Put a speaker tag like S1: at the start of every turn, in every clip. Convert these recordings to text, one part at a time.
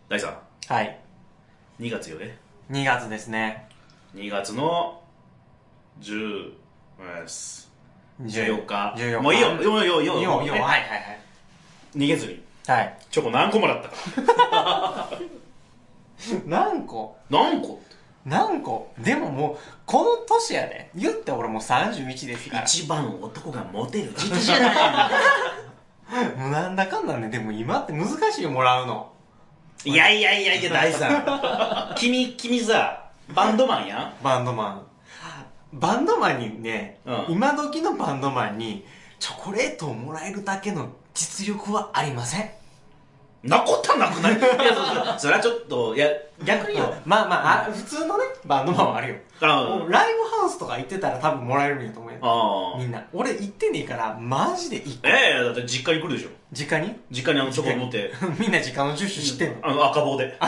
S1: 大さん、
S2: はい。
S1: 2月よね。
S2: 2月ですね。
S1: 2月の14日。
S2: 14日。
S1: もういいよ、
S2: はいはいはい。
S1: 逃げずに。
S2: はい。
S1: チョコ何個もらったか
S2: 何個
S1: 何個
S2: 何個でももう、この年やで。言って俺もう31ですから。
S1: 一番男がモテる時期じゃない
S2: もうなんだかんだね。でも今って難しいよ、もらうの。
S1: いや、大さん。君さ、バンドマンやん。
S2: バンドマンにね、今時のバンドマンに、チョコレートをもらえるだけの実力はありません。
S1: なことはなくない？いや、それはちょっと、いや、逆によ。
S2: 普通のね、バンドマンはあるよ。ライブハウスとか行ってたら多分もらえるんやと思うよ。みんな。俺行ってねえから、マジで1個。
S1: だって実家に来るでしょ。
S2: 実家に
S1: チョコ持って。
S2: みんな実家の住所知ってんの？
S1: 赤棒で。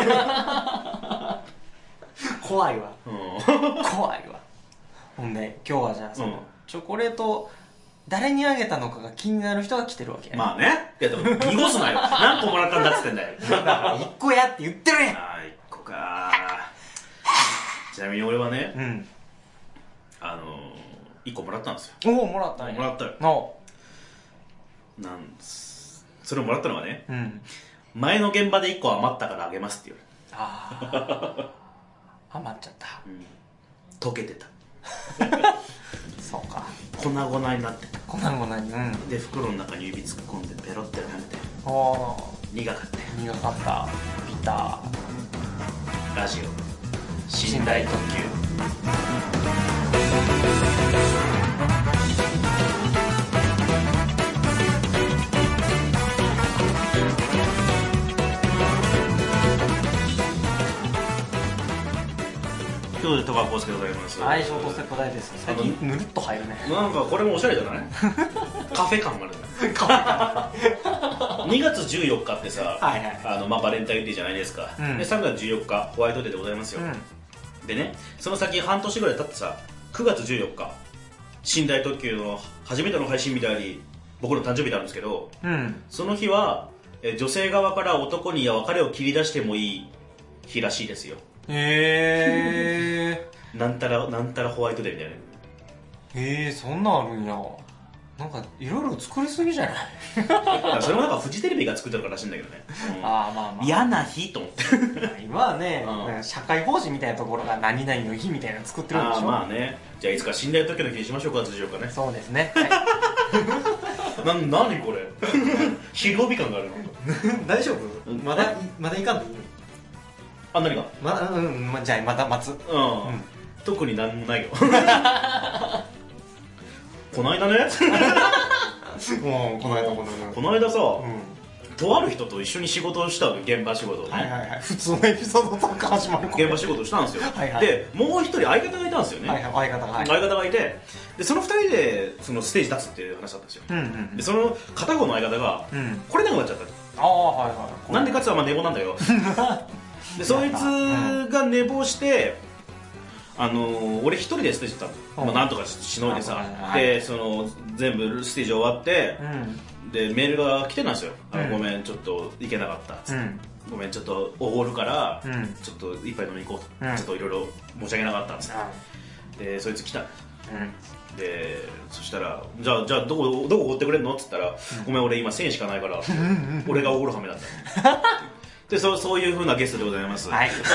S2: 怖いわ。怖いわ。ほんで、今日はじゃあチョコレート、誰にあげたのかが気になる人が来てるわけや。
S1: まあね。いやでも、濁すなよ。何個もらったんだっつってんだよ。
S2: だから1個やって言ってるやん。
S1: 1個か。ちなみに俺はね、1個もらったんですよ。
S2: もらったんや。
S1: もらったよ。それをもらったのはね、前の現場で1個余ったからあげますって言われ
S2: た。余っちゃった。
S1: 溶けてた。
S2: そうか。
S1: 粉々になってた。
S2: 粉々に。
S1: で、袋の中に指突っ込んでペロって舐めて。苦かった。
S2: 苦かった。ビタ
S1: ー。ラジオ
S2: 寝台特急。
S1: ということで、戸川浩介でございます。
S2: はい、ショートステップ大です。最近ぬるっと入るね。
S1: なんかこれもおしゃれじゃないカフェ感もあるね。2月14日ってさ、バレンタインデーじゃないですか。で、3月14日、ホワイトデーでございますよ。でね、その先半年ぐらい経ってさ、9月14日、寝台特急の初めての配信日であり、僕の誕生日なんですけど、その日は、女性側から男に別れを切り出してもいい日らしいですよ。なんたらホワイトデーみたいな。
S2: そんなんあるんや。なんかいろいろ作りすぎじゃない？
S1: それもなんかフジテレビが作ってるかららしいんだけどね。嫌な日と思って
S2: 今はね、社会法人みたいなところが何々の日みたいなの作ってるんでしょ。
S1: まあね。じゃあいつか寝台特急の日にしましょうか、辻岡ね。
S2: そうですね。
S1: 何これ昼帯感があるの
S2: 大丈夫？まだいかんでいいの？
S1: 何が？
S2: じゃあまた待つ。
S1: 特になんもないよ。この間ね、この間さ、とある人と一緒に仕事をしたの。現場仕事。
S2: 普通のエピソードとか始まる。
S1: 現場仕事をしたんですよ。で、もう一人相方がいたんですよね。相方がいて、でその二人でそのステージ立つっていう話だったんですよ。でその片方の相方が来れなくなっちゃった。なんでかって言ったら寝坊なんだけど。でそいつが寝坊して、俺一人でステージ立ったの。なんとかしのいでさ、でその全部ステージ終わって、でメールが来てたんですよ。ごめんちょっと行けなかったっつって、ごめんちょっとおごるからちょっと一杯飲み行こうと、ちょっといろいろ申し訳なかったっつって、でそいつ来た。でそしたらじゃあどこおごってくれんのっつったら、ごめん俺今1000円しかないから俺がおごるはめだったでそういう風なゲストでございます。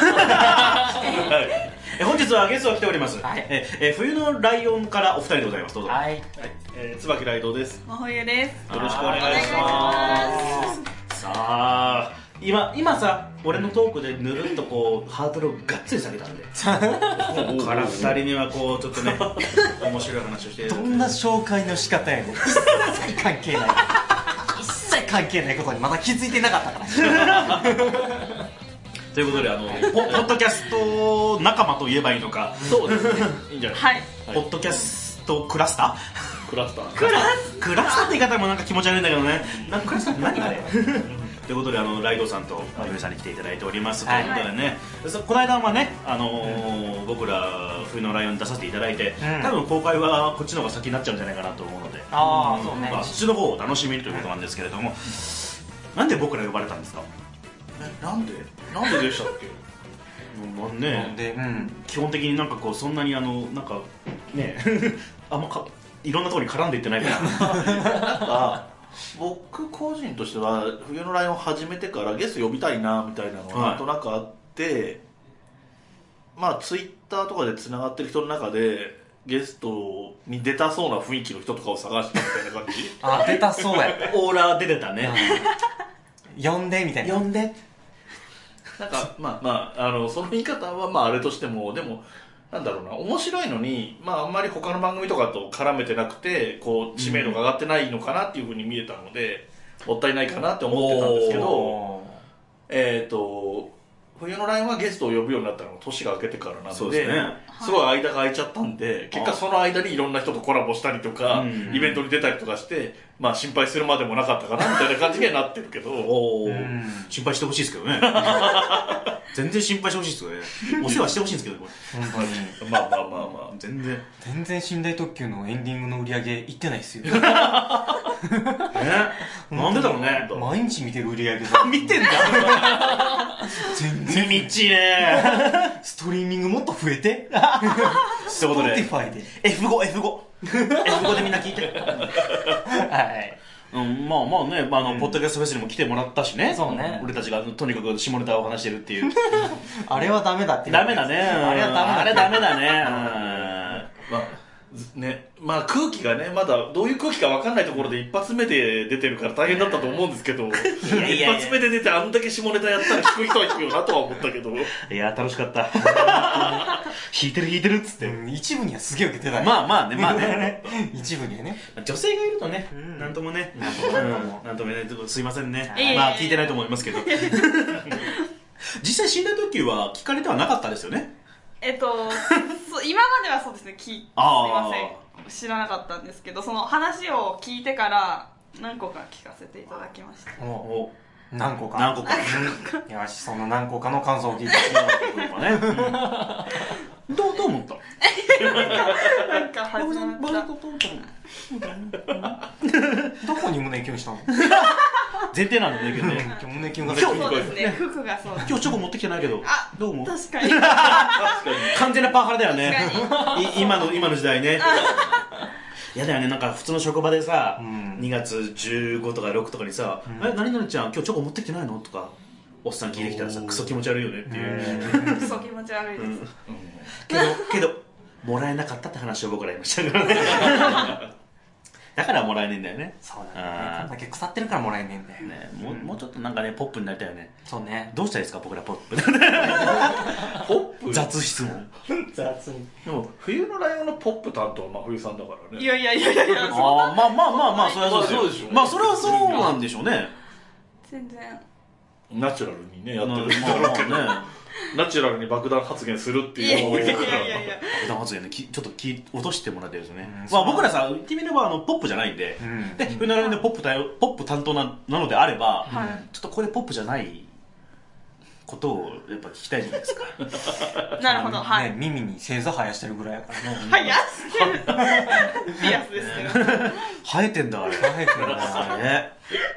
S1: 本日はゲストが来ております。冬のライオンからお二人でございます。どうぞ。椿ライドです。
S3: 真冬です。
S1: よろしくお願いします。さあ今さ、俺のトークでぬるっとこうハードルをがっつり下げたんで、ここから二人にはこうちょっとね面白い話をして。
S2: どんな紹介の仕方やねん。一切関係ない。一切関係ないことにまだ気づいてなかったから
S1: ということでポッドキャスト仲間と言えばいいのか。そうですね、いいんじゃない。ポッドキャストクラスタークラスターって言い方もなんか気持ち悪いんだけどね。クラスターって何あれということでライドさんと真冬さんに来ていただいておりますということでね、この間はね僕ら冬のライオンに出させていただいて、多分公開はこっちの方が先になっちゃうんじゃないかなと思うので、そっちの方をお楽しみにということなんですけれども、なんで僕ら呼ばれたんですか？
S2: ラ
S3: なんででしたっけ。
S1: まあね、基本的になんかこうそんなになんかねあんまいろんなところに絡んでいってないからなんか
S3: 僕個人としては冬のライオン始めてからゲスト呼びたいなみたいなのがなんとなくあって、まあツイッターとかでつながってる人の中でゲストに出たそうな雰囲気の人とかを探したみたいな感じ
S2: あ、出たそうや
S1: オーラ出てたね
S2: 呼んでみたいな。
S1: 呼んで
S3: なんかまあその言い方はまああれとしても、でもなんだろうな、面白いのに、まああんまり他の番組とかと絡めてなくてこう知名度が上がってないのかなっていうふうに見えたので、もったいないかなって思ってたんですけど、冬のライオンはゲストを呼ぶようになったのが年が明けてからなので、すごい間が空いちゃったんで、結果その間にいろんな人とコラボしたりとか、イベントに出たりとかして、まあ心配するまでもなかったかなみたいな感じにはなってるけど
S1: 心配してほしいですけどね全然心配してほしいですよね。お世話してほしいんですけど、これ
S2: 本当に
S3: まあ
S1: 全
S2: 然寝台特急のエンディングの売り上げいってないっすよ
S1: なんでだろうね。
S2: 毎日見てる売り上げ
S1: 見てんだ全然みっちいね
S2: ストリーミングもっと増えてって
S1: ことで
S2: Spotify で
S1: F5 でみんな聞いて
S2: はい、
S1: まあね、ポッドキャストフェスにも来てもらったしね。
S2: そうね。
S1: 俺たちがとにかく下ネタを話してるっていう
S2: あれはダメだって
S1: ダメだね。あれダメだね。
S3: まあ空気がね、まだどういう空気か分かんないところで一発目で出てるから大変だったと思うんですけど一発目で出てあんだけ下ネタやったら聞く人は聞くよなとは思ったけど
S1: いや楽しかった弾いてるっつって、
S2: 一部にはすげえ受けてない。
S1: まあね
S2: 一部にはね、
S1: 女性がいるとね、なんともね、なんともね、すいませんね、まあ聞いてないと思いますけど実際寝台特急は聞かれてはなかったですよね。
S4: 今まではそうですね、すいません、知らなかったんですけど、その話を聞いてから何個か聞かせていただきました。
S2: 何個かよし、その何個かの感想を聞いて
S1: どう思った？
S4: なんか始まった
S2: どこに胸キュンしたの？
S1: 前提なんだね、
S2: 胸キュンが
S4: そうですね、服がそう。
S1: 今日チョコ持ってきてないけど、どう思う？
S4: 確かに
S1: 完全なパワハラだよね今の時代ねやだよね、なんか普通の職場でさ、2月15とか6とかにさ、何々ちゃん今日チョコ持ってきてないのとかおっさん聞いてきたらさ、クソ気持ち悪いよねっていう
S4: クソ気持ち悪いです
S1: けどもらえなかったって話を僕ら言いましたからねだからもらえねえんだよね。
S2: そうだね、こんだけ腐ってるからもらえねえんだよ
S1: ね。もうちょっとなんかね、ポップになりたいよね。
S2: そうね。
S1: どうしたらいいですか、僕らポップ
S3: ポップ
S1: 雑質問
S2: 雑に。
S3: でも冬のライオンのポップ担当は真冬さんだからね。
S4: いや
S1: まあそれはそうでしょ。まあそれはそうなんでしょうね。
S4: 全然
S3: ナチュラルにねやってるんだろうけど、ナチュラルに爆弾発言するっていうのを
S4: いや
S1: 爆弾発言ね、ちょっと落としてもらってるんですよね。まあ僕らさ、言ってみればポップじゃないんで、で冬のライオンでポップ担当なのであれば、ちょっとこれポップじゃないことをやっぱ聞きたいじゃないですか。
S4: なるほど、はい。
S2: 耳に星座生やしてるぐらいやからね。
S4: 生やしてるってやつですけど
S1: 生えてんだあれ。
S2: 生えてるな
S1: ね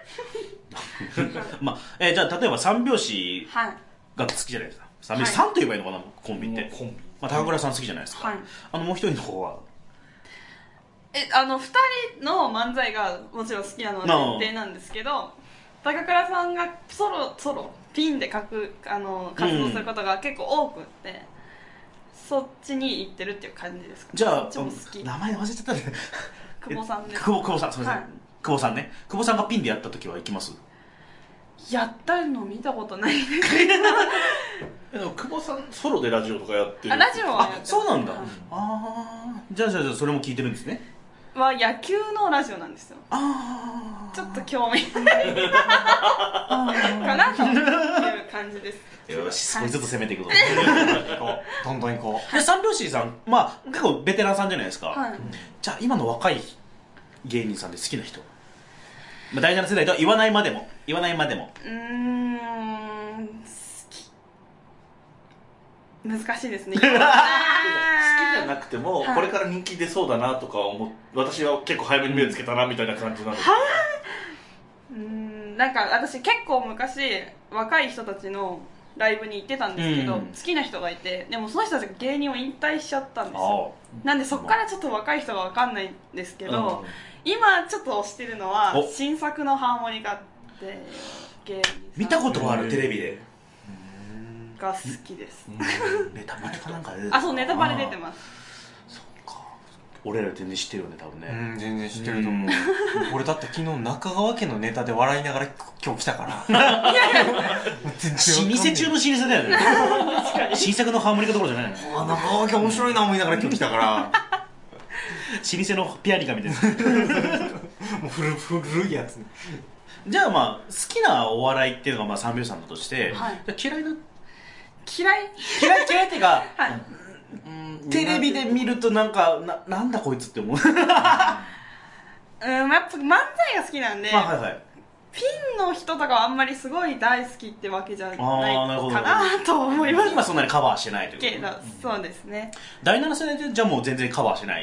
S1: まあじゃあ例えば三拍子が好きじゃないですか。三拍子3と言えばいいのかな、コンビって。まあ高倉さん好きじゃないですか。もう一人の方は
S4: 2人の漫才がもちろん好きなのは前提なんですけど、高倉さんがソロピンで活動することが結構多くって、そっちに行ってるっていう感じですか。
S1: じゃあ
S4: 名
S1: 前忘れちゃったね。
S4: 久保さんです。
S1: 久保さん、すみません。久保さんね。久保さんがピンでやった時は行きます？
S4: やったの見たことないです
S3: でも久保さんソロでラジオとかやってる。
S4: ラジオはやってる。
S1: そうなんだ。じゃあそれも聞いてるんですね。
S4: は野球のラジオなんですよ。ちょっと興味ないかなという感じです。
S1: よし、少しずつ攻めていくぞ。
S2: どんどん行こう。
S1: で三拍子さん、まあ結構ベテランさんじゃないですか。じゃあ今の若い芸人さんで好きな人、第7世代とは言わないまでも好き。
S4: 難しいですね。
S3: 好きじゃなくても、これから人気出そうだなとか私は結構早めに目つけたなみたいな感じなので。
S4: なんか私結構昔若い人たちのライブに行ってたんですけど、好きな人がいて、でもその人たちが芸人を引退しちゃったんですよ。なんでそっからちょっと若い人が分かんないんですけど、今ちょっと推してるのは新作のハーモニカって芸人さん
S1: 見たことがある、テレビで
S4: が好きです。
S1: ネタバレかなんかで、
S4: そう、ネタバレ出てます。
S1: 俺ら全然知ってるよね、多分ね。
S2: 全然知ってると思う。俺だって昨日中川家のネタで笑いながら今日来たから老
S1: 舗中の老舗だよね。新作のハーモニカどころじゃないの。
S2: 中川家面白いな思いながら今日来たから
S1: 老舗のピアニカみたいな
S2: もう古いやつ。
S1: じゃあまあ好きなお笑いっていうのがまあ三拍子さんだとして、嫌いっていうか、テレビで見るとなんかなんだこいつって思う。
S4: やっぱ漫才が好きなんで、ピンの人とかはあんまりすごい大好きってわけじゃないかなと思います。
S1: 今そんなにカバーしてないということ。
S4: そうですね。
S1: 第7世代でじゃあもう全然カバーしてない。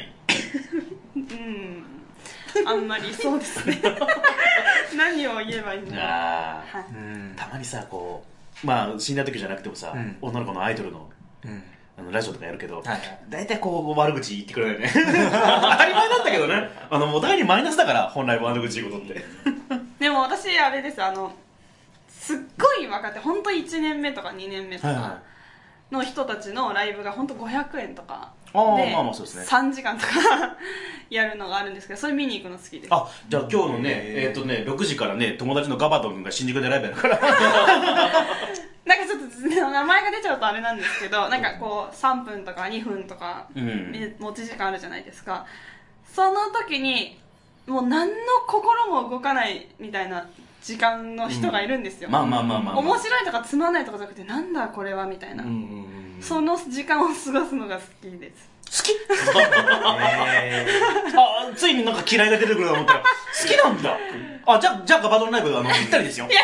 S4: あんまりそうですね。何を言えばいいんだろ
S1: う。たまにさ、こうまあ死んだ時じゃなくてもさ、女の子のアイドルのラジオとかやるけど、大体こう悪口言ってくれないね。当たり前なんだけどね。お互いにマイナスだから本来悪口言うことって。
S4: でも私あれです、すっごい若手、本当1年目とか2年目とかの人たちのライブが本当500円とかで3時間とかやるのがあるんですけど、それ見に行くの好きです。
S1: じゃあ今日のね6時からね、友達のガバドン君が新宿でライブやるから。
S4: なんかちょっと名前が出ちゃうとあれなんですけど、なんかこう3分とか2分とか持ち時間あるじゃないですか。その時にもう何の心も動かないみたいな時間の人がいるんですよ。面白いとかつまんないとかじゃなくて、なんだこれはみたいな、その時間を過ごすのが好きです。
S1: 好き？ついになんか嫌いが出てくると思ったら好きなんだ。じゃあガバドンライブぴったりですよ。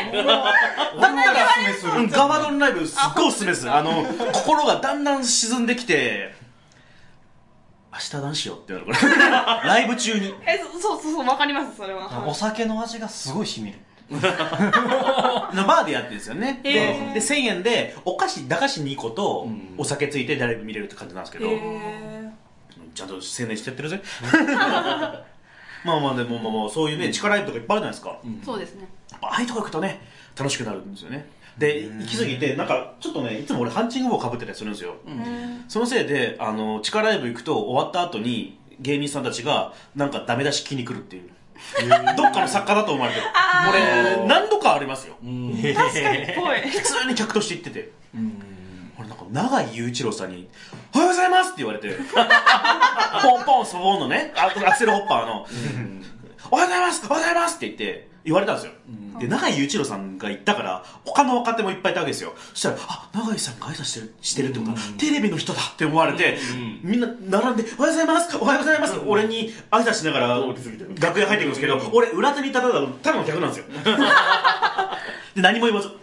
S1: ガバドンライブすっごいおすすめです。心がだんだん沈んできて、明日何しようってなるからライブ中に。
S4: そうわかります。それは
S2: お酒の味がすごい染みる。
S1: バーでやってるんですよね。で1000円で駄菓子2個とお酒ついてライブ見れるって感じなんですけど、ちゃんと宣伝してやってるぜ。まあでもそういうね、地下ライブとかいっぱいあるじゃないですか。
S4: そうですね。
S1: ああいうとこ行くとね、楽しくなるんですよね。で行き過ぎてなんかちょっとね、いつも俺ハンチング帽かぶってたりするんですよ。そのせいで地下ライブ行くと終わった後に芸人さんたちがなんかダメ出し気に来るっていう。どっかの作家だと思われてる。俺何度かありますよ。
S4: 確かにぽい。
S1: 普通に客として行ってて、俺なんか永井雄一郎さんに「おはようございます」って言われて、ポンポンスポンのねアクセルホッパーの「おはようございますおはようございます」って言われたんですよ。で永井雄一郎さんが言ったから他の若手もいっぱいいたわけですよ。そしたら永井さんが挨拶してるってことはテレビの人だって思われて、みんな並んで「おはようございますおはようございます」俺に挨拶しながら楽屋入ってくるんですけど、俺裏手にいたただの客なんですよ。で何も言わず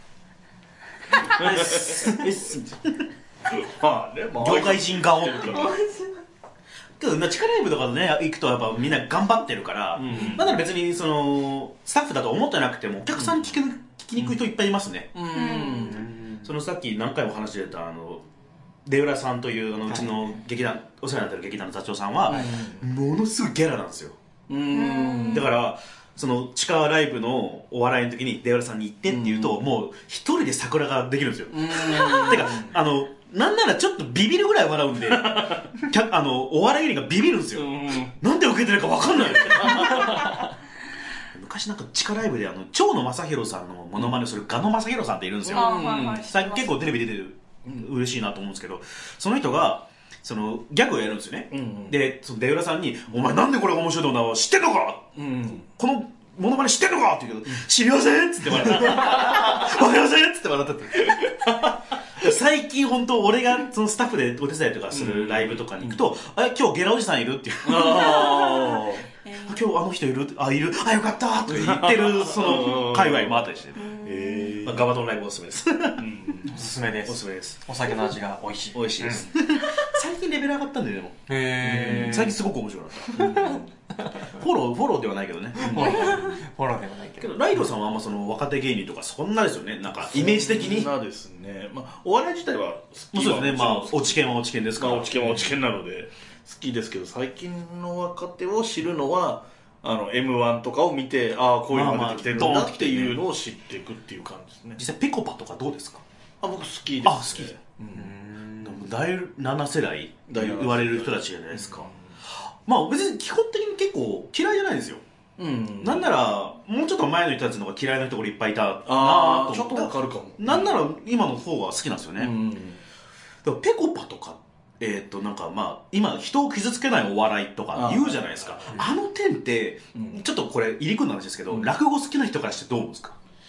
S1: 業界人顔ってけど地下ライブとかでね行くとやっぱみんな頑張ってるから、だから別にそのスタッフだと思ってなくてもお客さんに聞きにくい人いっぱいいますね。そのさっき何回も話してた出浦さんといううちの劇団、お世話になってる劇団の座長さんはものすごいギャラなんですよ。だからその地下ライブのお笑いの時に出浦さんに行ってって言うと、もう一人で桜ができるんですよ。てかなんならちょっとビビるぐらい笑うんでお笑い芸人がビビるんですよ。なんで受けてるか分かんない。昔なんか地下ライブで蝶野正洋さんのモノマネをするガ野正洋さんっているんですよ。最近結構テレビ出てる、嬉しいなと思うんですけど、その人がそのギャグをやるんですよね。でその出浦さんに「お前なんでこれが面白いと思うの知ってんのか、このモノマネ知ってんのか?」って言うけど「知りません」っつって笑って「わかりません」っつって笑ったって。最近本当俺がそのスタッフでお手伝いとかするライブとかに行くと「今日ゲラおじさんいる?」っていう「今日あの人いる?」いる」「よかった」とか言ってるその界隈もあったりして、ガバドンライブおすすめです。
S2: おすすめです。
S1: おすすめです。
S2: お酒の味が美味しい。
S1: 美味しいです。最最近レベル上がったんだよ、でも。最近すごく面白かった。フォローではないけどね。フォローではないけど。ライドさんはあんまその若手芸人とかそんなですよね。なんかイメージ的に。
S3: そんなですね。まあお笑い自体は好き。
S1: そうですね。まあ落ち研は落ち研ですから。
S3: 落ち研は落ち研なので好きですけど、最近の若手を知るのはM1 とかを見て、ああこういうのが出てきてるんだっていうのを知っていくっていう感じですね。
S1: 実際ペコパとかどうですか？
S3: 僕好きです。
S1: あ、好き。第7世代言われる人たちじゃないですか。まあ別に基本的に結構嫌いじゃないですよ。なんならもうちょっと前の人たちの方が嫌いな人がいっぱいいたなと思った。
S3: ちょっとわかるかも。
S1: なんなら今の方が好きなんですよね。だからペコパとかなんかまあ今人を傷つけないお笑いとか言うじゃないですか。あの点ってちょっとこれ入り組んだ話ですけど、落語好きな人からしてどう思うんですか？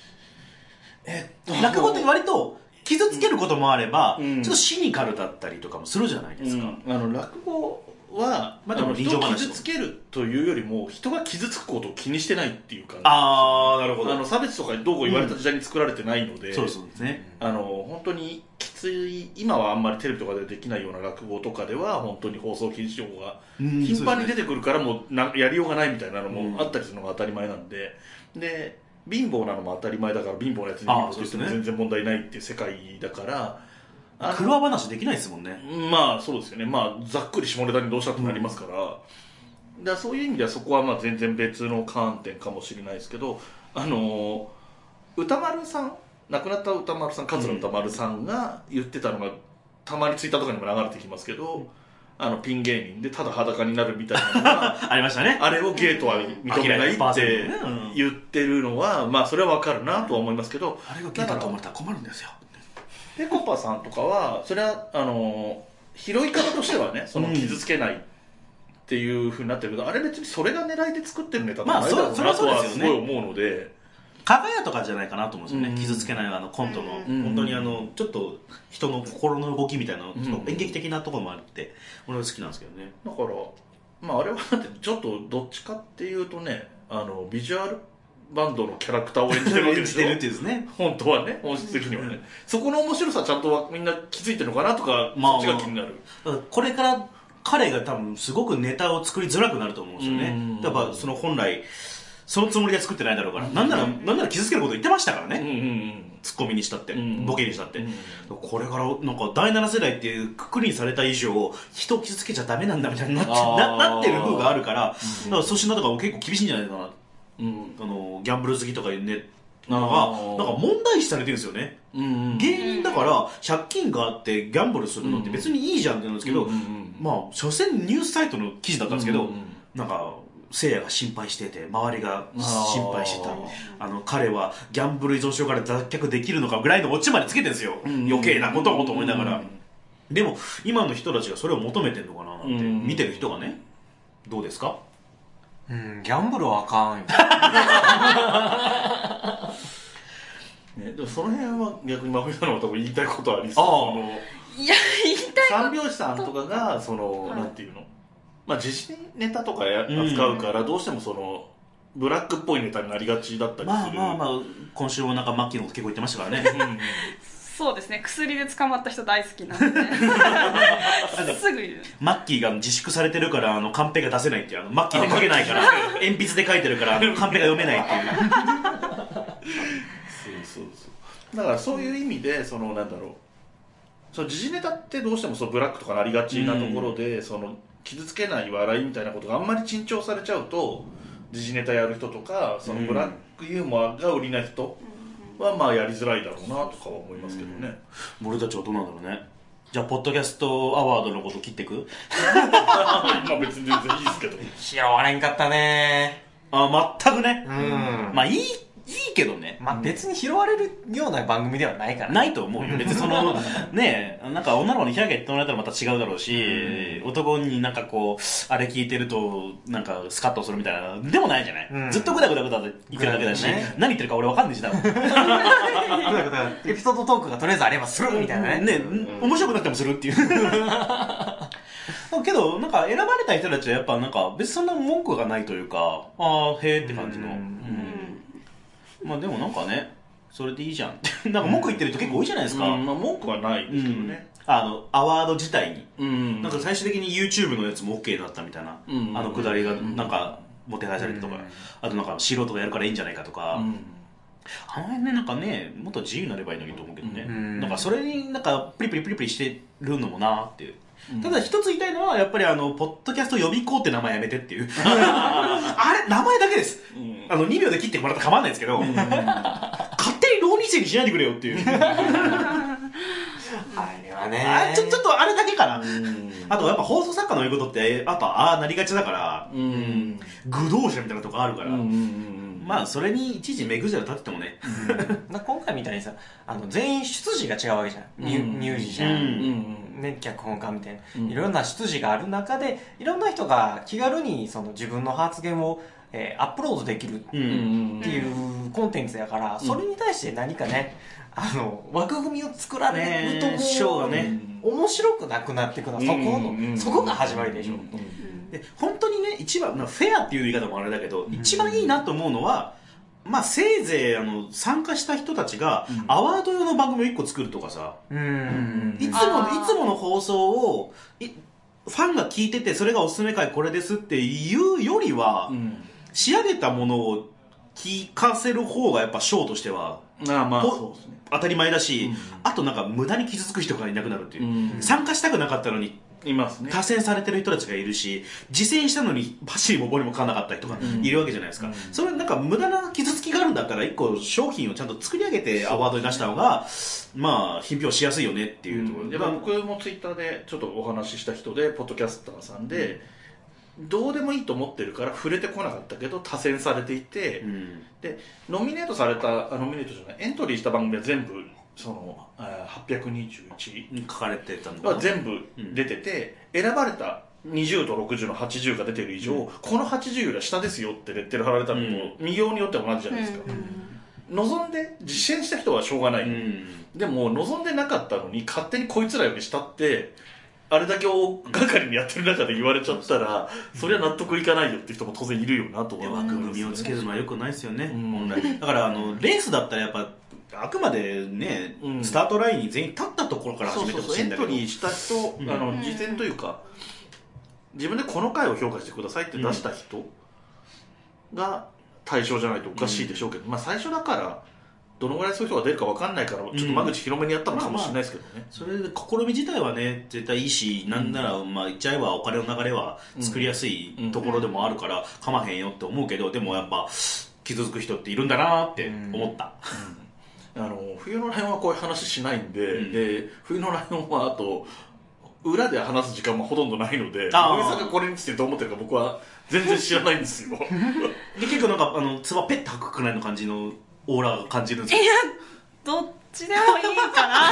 S1: 落語って割と傷つけることもあれば、ちょっとシニカルだったりとかもするじゃないですか。
S3: 落語は、人を傷つけるというよりも人が傷つくことを気にしてないっていう感じ。
S1: ああ、なるほど。
S3: 差別とかどうこう言われた時代に作られてないので、
S1: そうですね。
S3: 本当にきつい、今はあんまりテレビとかでできないような落語とかでは本当に放送禁止用語が頻繁に出てくるから、もうやりようがないみたいなのもあったりするのが当たり前なんで、で貧乏なのも当たり前だから、貧乏なやつに貧乏って言っても全然問題ないっていう世界だから、
S1: 苦労話できないですもんね。
S3: まあそうですよね。まあざっくり下ネタにどうしたってなりますから、そういう意味ではそこはまあ全然別の観点かもしれないですけど、歌丸さん、亡くなった歌丸さん、桂歌丸さんが言ってたのが、たまにツイッターとかにも流れてきますけど、ピン芸人でただ裸になるみたいなのが
S1: ありましたね。
S3: あれをゲイとは認めないって言ってるのは、まあそれはわかるなとは思いますけど、
S1: あれがゲイだと思ったら困るんですよ。
S3: ペコパさんとかはそれは拾い方としてはね、その傷つけないっていうふうになってるけど、あれ別にそれが狙いで作ってるネタじゃないだろうなとはすごい思うので。
S1: かがやとかじゃないかなと思うんですよね。傷つけないコントの本当にちょっと人の心の動きみたいな演劇的なところもあって俺は好きなんですけどね。
S3: だからまああれはだってちょっとどっちかっていうとね、ビジュアルバンドのキャラクターを演じてるわけでしょ。
S1: 演じてるってですね。
S3: 本当はね、本質的にはね。そこの面白さちゃんとみんな気づいてるのかなとか、そっちが気になる。
S1: これから彼が多分すごくネタを作りづらくなると思うんですよね。やっぱその本来そのつもりで作ってないだろうから、なんなら傷つけること言ってましたからね。ツッコミにしたって、ボケにしたって。これからなんか第7世代っていうくくりにされた以上、人を傷つけちゃダメなんだみたいになってる風があるから、粗品とかも結構厳しいんじゃないかな。ギャンブル好きとかいうね、なんか問題視されてるんですよね。芸人だから借金があってギャンブルするのって別にいいじゃんって言うんですけど、まあ所詮ニュースサイトの記事だったんですけど、なんかせいやが心配してて、周りが心配してた、彼はギャンブル依存症から脱却できるのかぐらいのオチまでつけてるんですよ。余計なことをと思いながら。でも今の人たちがそれを求めてるのかななんて、見てる人がね。どうですか？
S2: ギャンブルはあかんよ。
S3: ね、でもその辺は逆に真冬さんの方が言いたいことありそう。
S4: いや、言いたい
S3: 三拍子さんとかがなんていうの、まあ時事ネタとか扱うからどうしてもブラックっぽいネタになりがちだったりする。
S1: まあ今週もなんかマッキーのこと結構言ってましたからね。
S4: そうですね、薬で捕まった人大好きなんですぐ言う。
S1: マッキーが自粛されてるからカンペが出せないっていう、マッキーで書けないから鉛筆で書いてるからカンペが読めないっていう
S3: そうだからそういう意味でなんだろう、時事ネタってどうしてもブラックとかなりがちなところで、傷つけない笑いみたいなことがあんまり珍重されちゃうと、時事ネタやる人とかブラックユーモアが売りな人はまあやりづらいだろうなとかは思いますけどね。
S1: 俺たちはどうなんだろうね。じゃあポッドキャストアワードのこと切っていく？
S3: まあ別に全然いいですけど。
S2: 拾われんかったね。
S1: 全くね。まあいいけどね。
S2: まあ別に拾われるような番組ではないから。
S1: ないと思うよ。別にねえ、なんか女の子に開けってもらえたらまた違うだろうし、男になんかこう、あれ聞いてると、なんかスカッとするみたいな、でもないじゃない。ずっとグダグダグダ言ってるだけだし、何言ってるか俺わかんないし、多分。
S2: エピソードトークがとりあえずあればするみたいなね。
S1: ね、面白くなってもするっていう。けど、なんか選ばれた人たちはやっぱなんか別にそんな文句がないというか、へーって感じの。まあでもなんかね、それでいいじゃんってなんか文句言ってる人結構多いじゃないですか。
S3: まあ文句はないですけどね。
S1: アワード自体に、なんか最終的に YouTube のやつも OK だったみたいな、くだりがなんかもてはやされてとか、あとなんか素人がやるからいいんじゃないかとか、あの辺ね、なんかね、もっと自由になればいいのにと思うけどね、なんかそれになんかプリプリプリプリしてるのもなーっていう。ただ一つ言いたいのはやっぱりポッドキャスト予備校って名前やめてっていうあれ名前だけです、2秒で切ってもらったら構わないですけど勝手に浪人生にしないでくれよっていうあ
S2: れはね
S1: ちょっとあれだけかな。あとやっぱ放送作家の言うことってあとなりがちだから愚道者みたいなとこあるから、まあそれにいちいち目くじら立っててもね
S2: 今回みたいにさ全員出自が違うわけじゃん、ミュージシャン、ね、脚本家みたいな、いろんな出自がある中でいろんな人が気軽にその自分の発言を、アップロードできるっていうコンテンツやから、それに対して何かね枠組みを作られるともう、面白くなくなってくるのはそこが始まりでしょ。
S1: で本当にね一番フェアっていう言い方もあれだけど、一番いいなと思うのはまあせいぜい参加した人たちがアワード用の番組を1個作るとかさ、いつもの放送をファンが聞いててそれがおすすめ回これですっていうよりは、仕上げたものを聞かせる方がやっぱショーとしてはそうですね、当たり前だし、あとなんか無駄に傷つく人がいなくなるっていう、参加したくなかったのにいますね、多選されてる人たちがいるし、自選したのに走りもボリもかかんなかった人がいるわけじゃないですか、それなんか無駄な傷つきがあるんだったら一個商品をちゃんと作り上げてアワードに出した方がまあ品評しやすいよねっていうところで、
S3: 僕もツイッターでちょっとお話しした人でポッドキャスターさんで、どうでもいいと思ってるから触れてこなかったけど多選されていて、でノミネートされたノミネートじゃないエントリーした番組は全部その821
S1: 書かれてたの
S3: が全部出てて、選ばれた20と60の80が出てる以上、この80よりは下ですよってレッテル貼られたのと見ようによっては同じじゃないですか、望んで実践した人はしょうがない、でも望んでなかったのに勝手にこいつらより下ってあれだけ大掛かりにやってる中で言われちゃったら、それは納得いかないよって人も当然いるよなと思います。
S1: 枠組みをつけるのは良くないですよね、本来。だからレースだったらやっぱあくまでね、スタートラインに全員立ったところから始めてほしいんだけど、
S3: エントリーした人、事前というか自分でこの回を評価してくださいって出した人が対象じゃないとおかしいでしょうけど、まあ最初だからどのぐらいそういう人が出るか分かんないからちょっと間口広めにやったのかもしれないですけどね、
S1: それで試み自体はね絶対いいし、なんならまあ言っちゃえばお金の流れは作りやすいところでもあるからかまへんよって思うけど、でもやっぱ傷つく人っているんだなって思った。
S3: 冬のライオンはこういう話しないんで、で冬のライオンはあと裏で話す時間もほとんどないので、森さんがこれについてどう思ってるか僕は全然知らないんですよ。
S1: で結構なんかつばペッと吐くくらいの感じのオーラが感じるんですよ。
S4: いやどっちでもいいかな。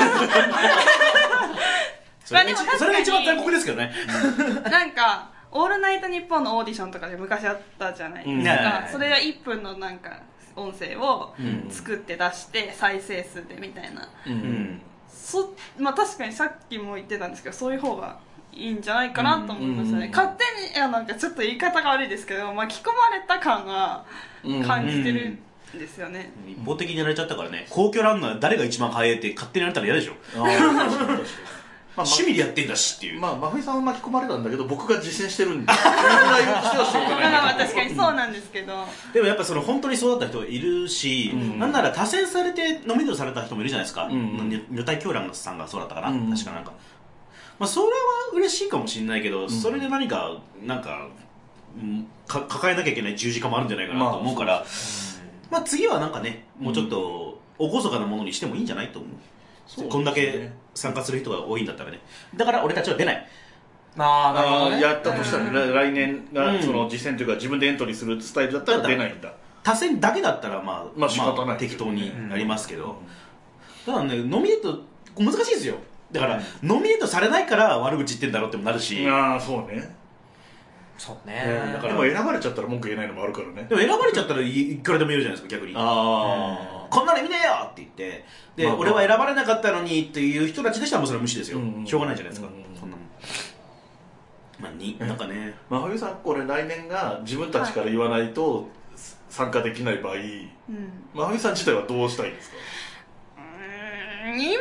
S1: それが一番残酷ですけどね。
S4: なんかオールナイトニッポンのオーディションとかで昔あったじゃないですか、それは1分のなんか音声を作って出して再生数でみたいな、まあ確かにさっきも言ってたんですけどそういう方がいいんじゃないかなと思いましたね。勝手になんかちょっと言い方が悪いですけど巻き込まれた感が感じてるんですよね。
S1: 一方的にやられちゃったからね、皇居ランナー誰が一番速いって勝手にやられたら嫌でしょ。趣味でやってんだしっていう。
S3: まあ真冬さんは巻き込まれたんだけど僕が実践してるんでそれぐらいとしてはしょうがない。
S4: まあ確かにそうなんですけど、
S1: でもやっぱ本当にそうだった人がいるし、なんなら多選されてノミネートされた人もいるじゃないですか。女体狂乱さんがそうだったかな、確かなんか。まあそれは嬉しいかもしれないけど、それで何かなんか抱えなきゃいけない十字架もあるんじゃないかなと思うから、まあ次はなんかねもうちょっと厳かなものにしてもいいんじゃないと思う。こんだけ参加する人が多いんだったらね。だから俺たちは出ない。
S2: なるほどね。
S3: やったとしたら、来年がその実践というか自分でエントリーするスタイルだったら出ないんだ。
S1: 多選だけだったらまあ
S3: 仕方ない
S1: 適当になりますけど、ただねノミネート難しいですよ。だからノミネートされないから悪口言ってんだろうってもなるし。
S3: そうね。
S2: そうね。
S3: でも選ばれちゃったら文句言えないのもあるからね。
S1: でも選ばれちゃったらいくらでも言えるじゃないですか逆に。こんなの意味ねえよって言って、で俺は選ばれなかったのにっていう人たちでしたらもうそれは無視ですよ。しょうがないじゃないですか。そんなもん。まあなんかね。
S3: 真冬さんこれ来年が自分たちから言わないと参加できない場合、真冬さん自体はどうしたいんですか？
S4: 今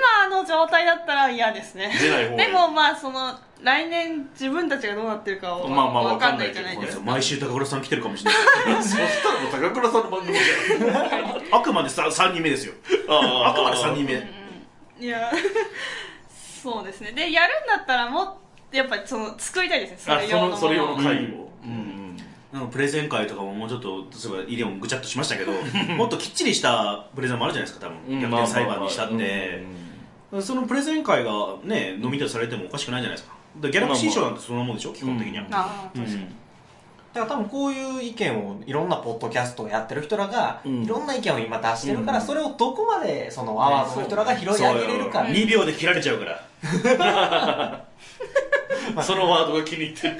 S4: の状態だったら嫌ですね。
S3: 出ない方がいい。
S4: でもまあその来年自分たちがどうなってるかは分かんないじゃないですか。
S1: 毎週高倉さん来てるかもしれない
S3: そしたらもう高倉さんの番組じ
S1: ゃん。あくまで3人目ですよ。あくまで3人目。
S4: いやそうですね。でやるんだったらやっぱりその作りたいですね。
S3: それ用の会を。
S1: プレゼン会とかももうちょっと例えばイデオンぐちゃっとしましたけどもっときっちりしたプレゼンもあるじゃないですか多分逆転裁判にしたってそのプレゼン会がねノミネートされてもおかしくないじゃないですか。ギャラクシー賞なんてそんなもんでしょ基本的には。
S2: だから多分こういう意見をいろんなポッドキャストをやってる人らがいろんな意見を今出してるからそれをどこまでそのアワードの人らが拾い上げれるか。
S1: 2秒で切られちゃうから
S3: そのワードが気に入ってる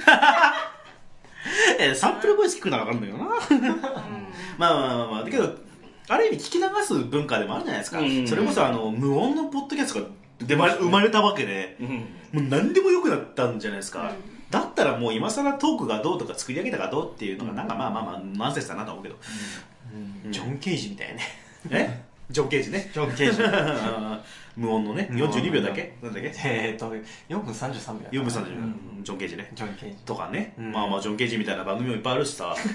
S1: サンプルボイス聞くのは分かんないよなまあだけどある意味聞き流す文化でもあるじゃないですか。それこそ無音のポッドキャストが生まれたわけでもう何でも良くなったんじゃないですか。だったらもう今更トークがどうとか作り上げたかどうっていうのがなんかまあナンセンスだなと思うけど
S2: ジョン・ケージみたい
S1: ねジョン・ケージね
S2: ジョン・ケージ
S1: 無音のね42秒だけなんだっけ
S2: 4分33秒
S1: 4分33秒ジョン・ケージね
S2: ジョン・ケージ
S1: とかねまあジョン・ケージみたいな番組もいっぱいあるしさ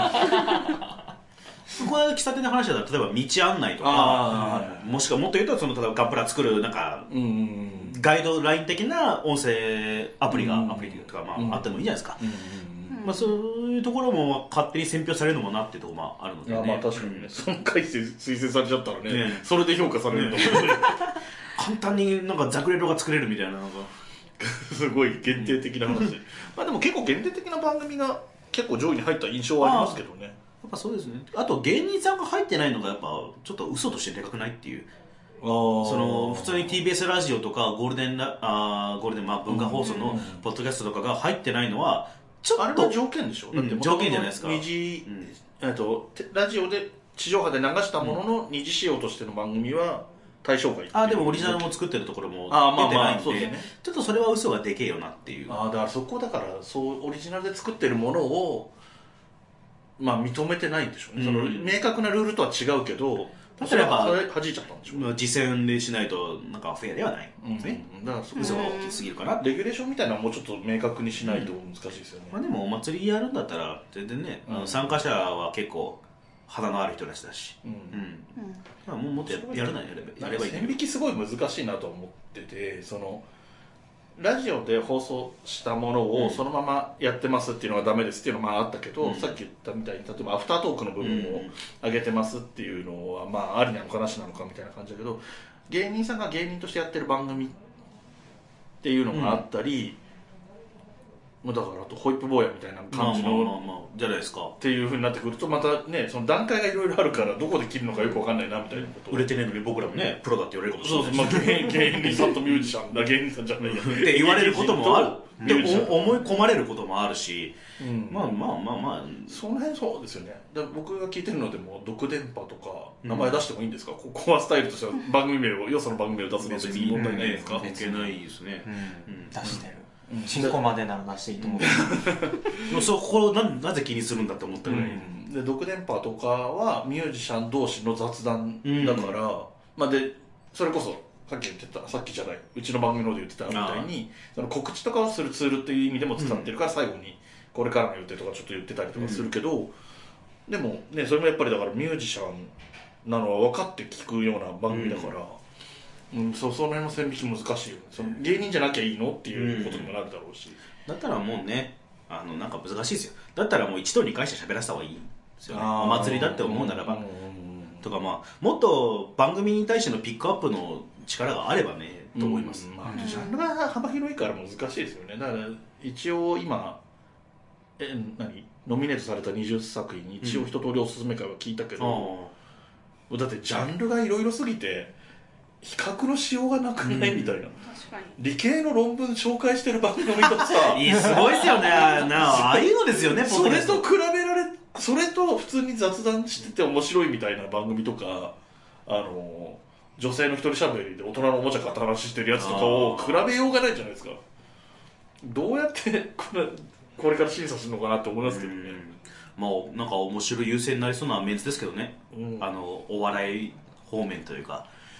S1: この間喫茶店で話してたら例えば道案内とかもしくはもっと言うとその例えばガンプラ作るなんかガイドライン的な音声アプリとかあってもいいじゃないですか。そういうところも勝手に選評されるのもなっていうところもあるのでね。
S3: まあ確かにね3回推薦されちゃったらねそれで評価されると思う
S1: 簡単になんかザクレロが作れるみたいななんか
S3: すごい限定的な話まあでも結構限定的な番組が結構上位に入った印象はありますけどね。
S1: やっぱそうですね。あと芸人さんが入ってないのがやっぱちょっと嘘としてでかくないっていう。その普通に TBS ラジオとかゴールデン文化放送のポッドキャストとかが入ってないのはちょっと
S3: あれは条件でしょ。だって
S1: 条件じゃないですか。
S3: ラジオで地上波で流したものの二次仕様としての番組は対象外。
S1: でもオリジナルも作ってるところも出てないんでちょっとそれは嘘がでけえよなっていう。
S3: だからそこだからそうオリジナルで作ってるものを認めてないんでしょうね。その明確なルールとは違うけどそれは弾いちゃったんでしょう。
S1: 実践でしないとなんかフェアではないんですね。だから嘘が大きすぎるかな。
S3: レギュレーションみたいなのはもうちょっと明確にしないと難しいですよね。
S1: でもお祭りやるんだったら全然ね参加者は結構肌のある人たちだしもっとやればいい。
S3: 線引きすごい難しいなと思っててそのラジオで放送したものをそのままやってますっていうのがダメですっていうのはあったけど、さっき言ったみたいに例えばアフタートークの部分を上げてますっていうのはありなのかなしなのかみたいな感じだけど芸人さんが芸人としてやってる番組っていうのがあったりだからあとホイップ坊やみたいな感じの
S1: じゃないですか
S3: っていう風になってくるとまたねその段階がいろいろあるからどこで切るのかよく分かんないなみたいなこと
S1: 売れてねえのに僕らもねプロだって言われるかもしれない
S3: 芸人さんとミュージシャン芸人さんじゃないや
S1: って言われることもあるで思い込まれることもあるしまあ
S3: その辺そうですよね。僕が聞いてるのでも毒電波とか名前出してもいいんですか。コアスタイルとしては番組名をよその番組名を出すので問題ないですか。
S1: 関係ないですね。
S2: 出してるチンコまでなら出していいと思う
S1: そこをなぜ気にするんだって思ったぐらい
S3: で毒電波とかはミュージシャン同士の雑談だからでそれこそさっきじゃないうちの番組ので言ってたみたいにその告知とかをするツールっていう意味でも使ってるから最後にこれからの予定とかちょっと言ってたりとかするけどでもねそれもやっぱりだからミュージシャンなのは分かって聞くような番組だからその辺の線引き難しいよね。その芸人じゃなきゃいいのっていうことにもなるだろうし
S1: だったらもうねなんか難しいですよ。だったらもう一度に回して喋らせた方がいいですよね。お祭りだって思うならばとかもっと番組に対してのピックアップの力があればねと思います。
S3: ジャンルが幅広いから難しいですよね。だから一応今ノミネートされた20作品に一応一通りおすすめ会は聞いたけどだってジャンルがいろいろすぎて比較のしようがなくないみたいな。理系の論文紹介してる番組とさ
S1: すごいですよね。ああいうのですよね。
S3: それと比べられそれと普通に雑談してて面白いみたいな番組とか女性の一人喋りで大人のおもちゃ買った話してるやつとかを比べようがないじゃないですか。どうやってこれから審査するのかなって思いますけどね。
S1: なんか面白い優勢になりそうなメンツですけどね。お笑い方面というか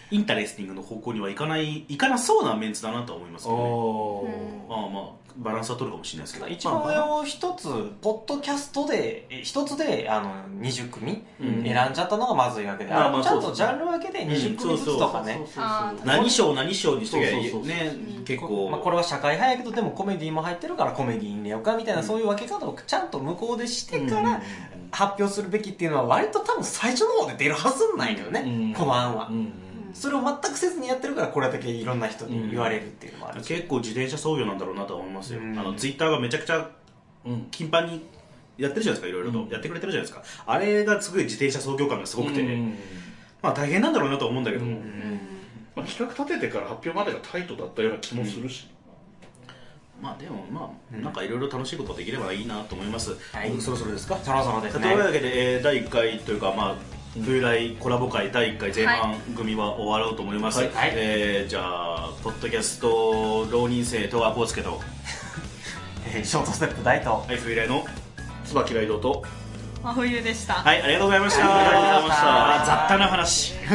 S1: インタレスティングの方向にはいかなそうなメンツだなとは思いますけどね。まあバランスは取るかもしれないですけど、
S2: 一番上を一つポッドキャストで一つで20組選んじゃったのがまずいわけで、ちゃんとジャンル分けで20組ずつとかね、
S1: 何章にしてね、結構
S2: これは社会派やけどでもコメディも入ってるからコメディに入れようかみたいな、そういう分け方をちゃんと向こうでしてから発表するべきっていうのは割と多分最初の方で出るはずないのよね、この案は。それを全くせずにやってるからこれだけいろんな人に言われるっていうのもあるし、
S1: 結構自転車操業なんだろうなと思いますよ。ツイッターがめちゃくちゃ頻繁にやってるじゃないですか、いろいろとやってくれてるじゃないですか。あれがすごい自転車操業感がすごくて、まあ大変なんだろうなと思うんだけども、
S3: 企画立ててから発表までがタイトだったような気もするし、
S1: まあでもなんかいろいろ楽しいことできればいいなと思います。そろそろですか。
S2: そろそろですね。
S1: というわけで第1回というか冬来コラボ会第1回前半組は終わろうと思います。じゃあポッドキャスト浪人生とはポーツケと
S2: ショートステップ大と
S1: 冬来の
S3: 椿ライドと
S4: 真冬でした。
S1: はい、ありがとうございました。雑多な話
S2: しっ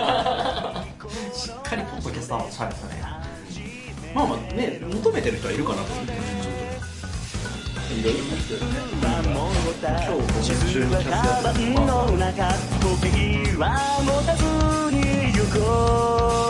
S2: かりポッドキャストの話ですね。
S1: まあね、求めてる人はいるかなと思って、いろいろ言ってるね。
S5: 静かカバンの中、コピーは持たずに行こう。